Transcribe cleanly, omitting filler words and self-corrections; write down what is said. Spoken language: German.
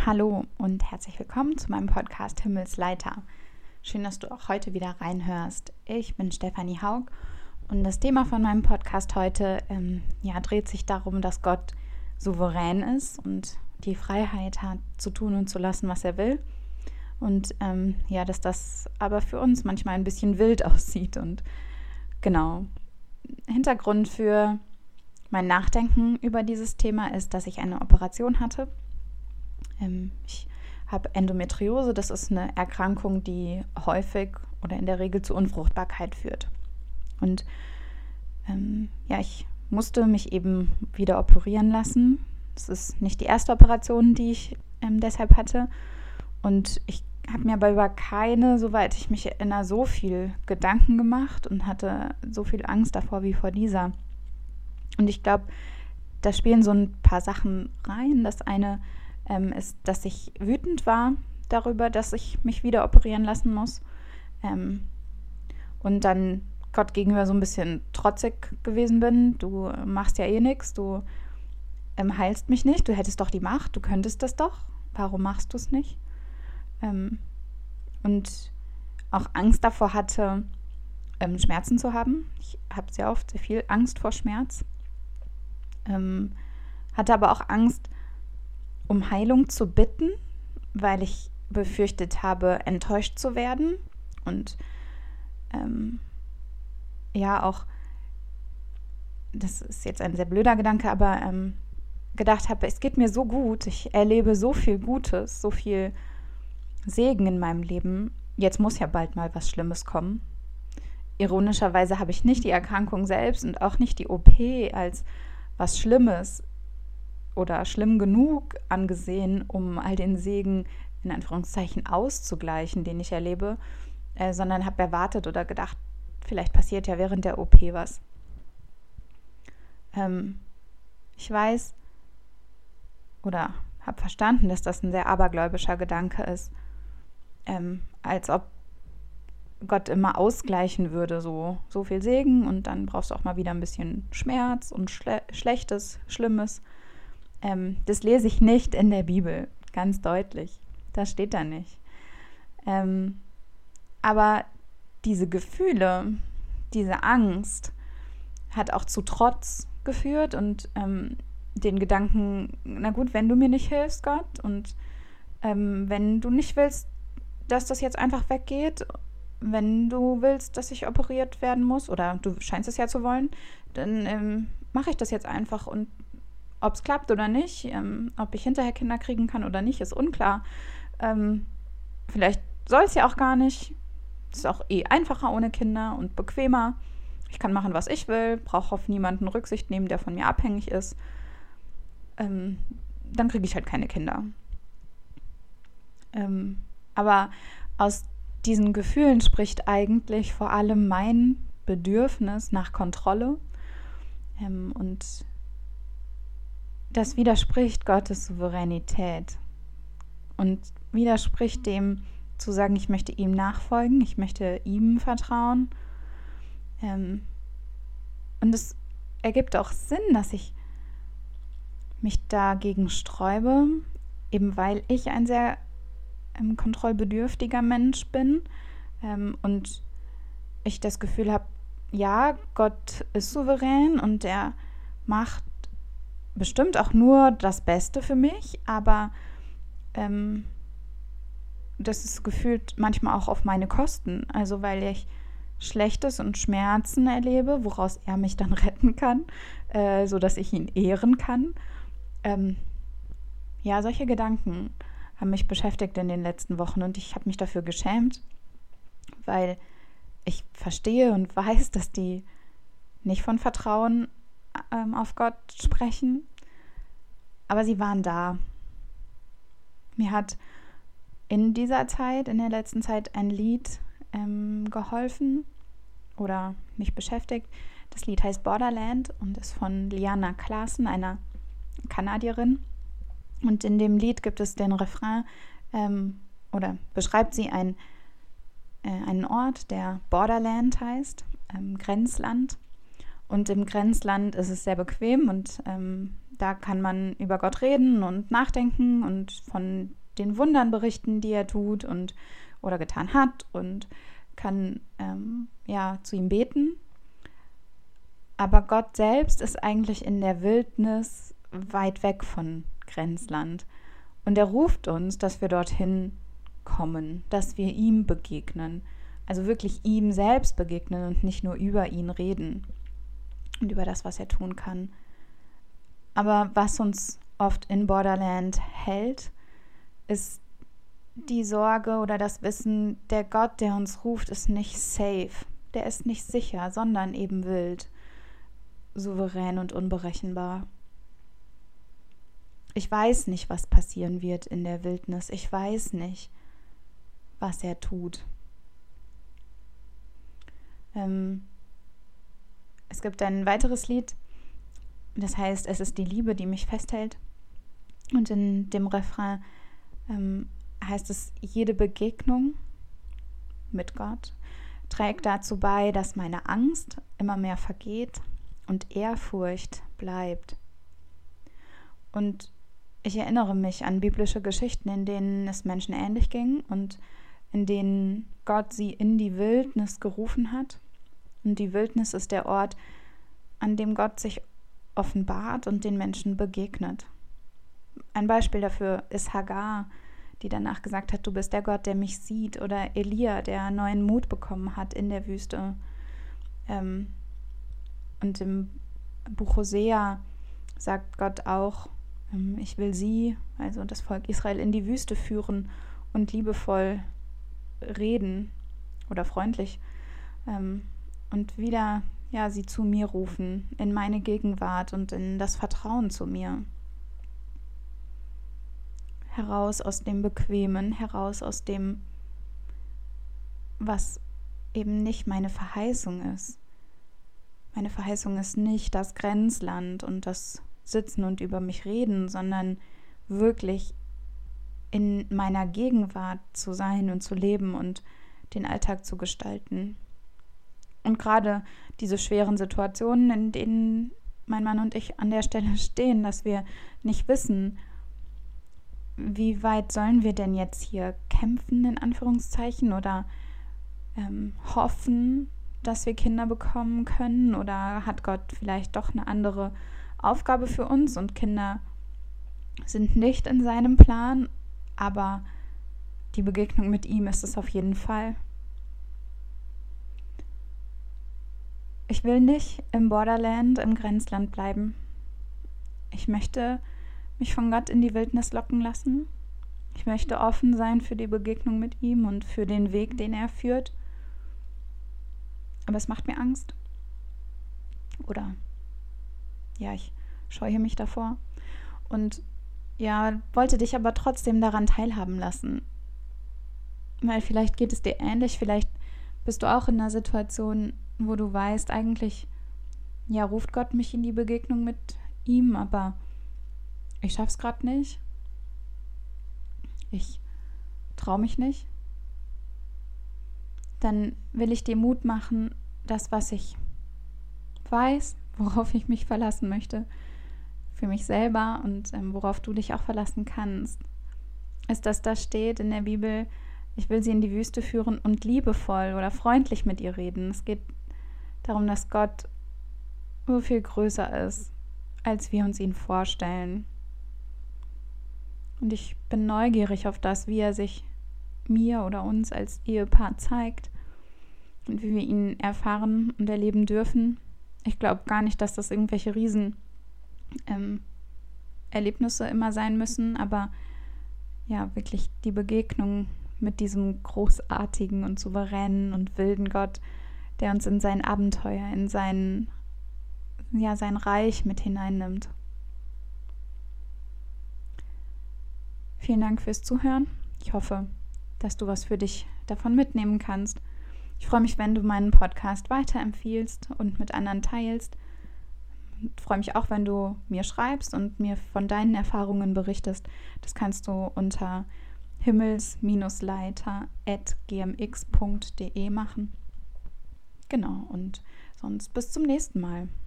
Hallo und herzlich willkommen zu meinem Podcast Himmelsleiter. Schön, dass du auch heute wieder reinhörst. Ich bin Stefanie Haug und das Thema von meinem Podcast heute dreht sich darum, dass Gott souverän ist und die Freiheit hat, zu tun und zu lassen, was er will. Und dass das aber für uns manchmal ein bisschen wild aussieht. Und genau, Hintergrund für mein Nachdenken über dieses Thema ist, dass ich eine Operation hatte. Ich habe Endometriose, das ist eine Erkrankung, die häufig oder in der Regel zu Unfruchtbarkeit führt. Und ich musste mich eben wieder operieren lassen. Das ist nicht die erste Operation, die ich deshalb hatte. Und ich habe mir aber über keine, soweit ich mich erinnere, so viel Gedanken gemacht und hatte so viel Angst davor wie vor dieser. Und ich glaube, da spielen so ein paar Sachen rein. Das eine ist, dass ich wütend war darüber, dass ich mich wieder operieren lassen muss. Und dann Gott gegenüber so ein bisschen trotzig gewesen bin. Du machst ja eh nichts, du heilst mich nicht, du hättest doch die Macht, du könntest das doch. Warum machst du es nicht? Und auch Angst davor hatte, Schmerzen zu haben. Ich habe sehr oft sehr viel Angst vor Schmerz. Hatte aber auch Angst, um Heilung zu bitten, weil ich befürchtet habe, enttäuscht zu werden. Und auch, das ist jetzt ein sehr blöder Gedanke, aber gedacht habe, es geht mir so gut, ich erlebe so viel Gutes, so viel Segen in meinem Leben. Jetzt muss ja bald mal was Schlimmes kommen. Ironischerweise habe ich nicht die Erkrankung selbst und auch nicht die OP als was Schlimmes oder schlimm genug angesehen, um all den Segen in Anführungszeichen auszugleichen, den ich erlebe, sondern habe erwartet oder gedacht, vielleicht passiert ja während der OP was. Ich weiß oder habe verstanden, dass das ein sehr abergläubischer Gedanke ist, als ob Gott immer ausgleichen würde, so viel Segen und dann brauchst du auch mal wieder ein bisschen Schmerz und Schlechtes, Schlimmes. Das lese ich nicht in der Bibel, ganz deutlich. Das steht da nicht. Aber diese Gefühle, diese Angst hat auch zu Trotz geführt und den Gedanken, na gut, wenn du mir nicht hilfst, Gott, und wenn du nicht willst, dass das jetzt einfach weggeht, wenn du willst, dass ich operiert werden muss, oder du scheinst es ja zu wollen, dann mache ich das jetzt einfach und ob es klappt oder nicht, ob ich hinterher Kinder kriegen kann oder nicht, ist unklar. Vielleicht soll es ja auch gar nicht. Es ist auch einfacher ohne Kinder und bequemer. Ich kann machen, was ich will, brauche auf niemanden Rücksicht nehmen, der von mir abhängig ist. Dann kriege ich halt keine Kinder. Aber aus diesen Gefühlen spricht eigentlich vor allem mein Bedürfnis nach Kontrolle. Und das widerspricht Gottes Souveränität und widerspricht dem, zu sagen, ich möchte ihm nachfolgen, ich möchte ihm vertrauen. Und es ergibt auch Sinn, dass ich mich dagegen sträube, eben weil ich ein sehr kontrollbedürftiger Mensch bin und ich das Gefühl habe, ja, Gott ist souverän und er macht bestimmt auch nur das Beste für mich, aber das ist gefühlt manchmal auch auf meine Kosten. Also weil ich Schlechtes und Schmerzen erlebe, woraus er mich dann retten kann, sodass ich ihn ehren kann. Solche Gedanken haben mich beschäftigt in den letzten Wochen und ich habe mich dafür geschämt, weil ich verstehe und weiß, dass die nicht von Vertrauen auf Gott sprechen, aber sie waren da. Mir hat in dieser Zeit, in der letzten Zeit, ein Lied geholfen oder mich beschäftigt. Das Lied heißt Borderland und ist von Liana Claassen, einer Kanadierin. Und in dem Lied gibt es den Refrain oder beschreibt sie einen Ort, der Borderland heißt, Grenzland. Und im Grenzland ist es sehr bequem und da kann man über Gott reden und nachdenken und von den Wundern berichten, die er tut oder getan hat, und kann zu ihm beten. Aber Gott selbst ist eigentlich in der Wildnis weit weg von Grenzland. Und er ruft uns, dass wir dorthin kommen, dass wir ihm begegnen. Also wirklich ihm selbst begegnen und nicht nur über ihn reden und über das, was er tun kann. Aber was uns oft in Borderland hält, ist die Sorge oder das Wissen, der Gott, der uns ruft, ist nicht safe. Der ist nicht sicher, sondern eben wild, souverän und unberechenbar. Ich weiß nicht, was passieren wird in der Wildnis. Ich weiß nicht, was er tut. Es gibt ein weiteres Lied, das heißt, es ist die Liebe, die mich festhält. Und in dem Refrain heißt es, jede Begegnung mit Gott trägt dazu bei, dass meine Angst immer mehr vergeht und Ehrfurcht bleibt. Und ich erinnere mich an biblische Geschichten, in denen es Menschen ähnlich ging und in denen Gott sie in die Wildnis gerufen hat. Und die Wildnis ist der Ort, an dem Gott sich offenbart und den Menschen begegnet. Ein Beispiel dafür ist Hagar, die danach gesagt hat, du bist der Gott, der mich sieht. Oder Elia, der neuen Mut bekommen hat in der Wüste. Und im Buch Hosea sagt Gott auch, ich will sie, also das Volk Israel, in die Wüste führen und liebevoll reden oder freundlich und wieder sie zu mir rufen, in meine Gegenwart und in das Vertrauen zu mir. Heraus aus dem Bequemen, heraus aus dem, was eben nicht meine Verheißung ist. Meine Verheißung ist nicht das Grenzland und das Sitzen und über mich reden, sondern wirklich in meiner Gegenwart zu sein und zu leben und den Alltag zu gestalten. Und gerade diese schweren Situationen, in denen mein Mann und ich an der Stelle stehen, dass wir nicht wissen, wie weit sollen wir denn jetzt hier kämpfen, in Anführungszeichen, oder hoffen, dass wir Kinder bekommen können, oder hat Gott vielleicht doch eine andere Aufgabe für uns und Kinder sind nicht in seinem Plan, aber die Begegnung mit ihm ist es auf jeden Fall. Ich will nicht im Borderland, im Grenzland bleiben. Ich möchte mich von Gott in die Wildnis locken lassen. Ich möchte offen sein für die Begegnung mit ihm und für den Weg, den er führt. Aber es macht mir Angst. Oder ich scheue mich davor. Und wollte dich aber trotzdem daran teilhaben lassen. Weil vielleicht geht es dir ähnlich, vielleicht bist du auch in einer Situation, wo du weißt, eigentlich ruft Gott mich in die Begegnung mit ihm, aber ich schaff's gerade nicht. Ich traue mich nicht. Dann will ich dir Mut machen, das, was ich weiß, worauf ich mich verlassen möchte, für mich selber und worauf du dich auch verlassen kannst, ist, dass da steht in der Bibel, ich will sie in die Wüste führen und liebevoll oder freundlich mit ihr reden. Es geht darum, dass Gott so viel größer ist, als wir uns ihn vorstellen. Und ich bin neugierig auf das, wie er sich mir oder uns als Ehepaar zeigt und wie wir ihn erfahren und erleben dürfen. Ich glaube gar nicht, dass das irgendwelche riesen Erlebnisse immer sein müssen, aber wirklich die Begegnung mit diesem großartigen und souveränen und wilden Gott, der uns in sein Abenteuer, in sein Reich mit hineinnimmt. Vielen Dank fürs Zuhören. Ich hoffe, dass du was für dich davon mitnehmen kannst. Ich freue mich, wenn du meinen Podcast weiterempfiehlst und mit anderen teilst. Ich freue mich auch, wenn du mir schreibst und mir von deinen Erfahrungen berichtest. Das kannst du unter himmels-leiter@gmx.de machen. Genau, und sonst bis zum nächsten Mal.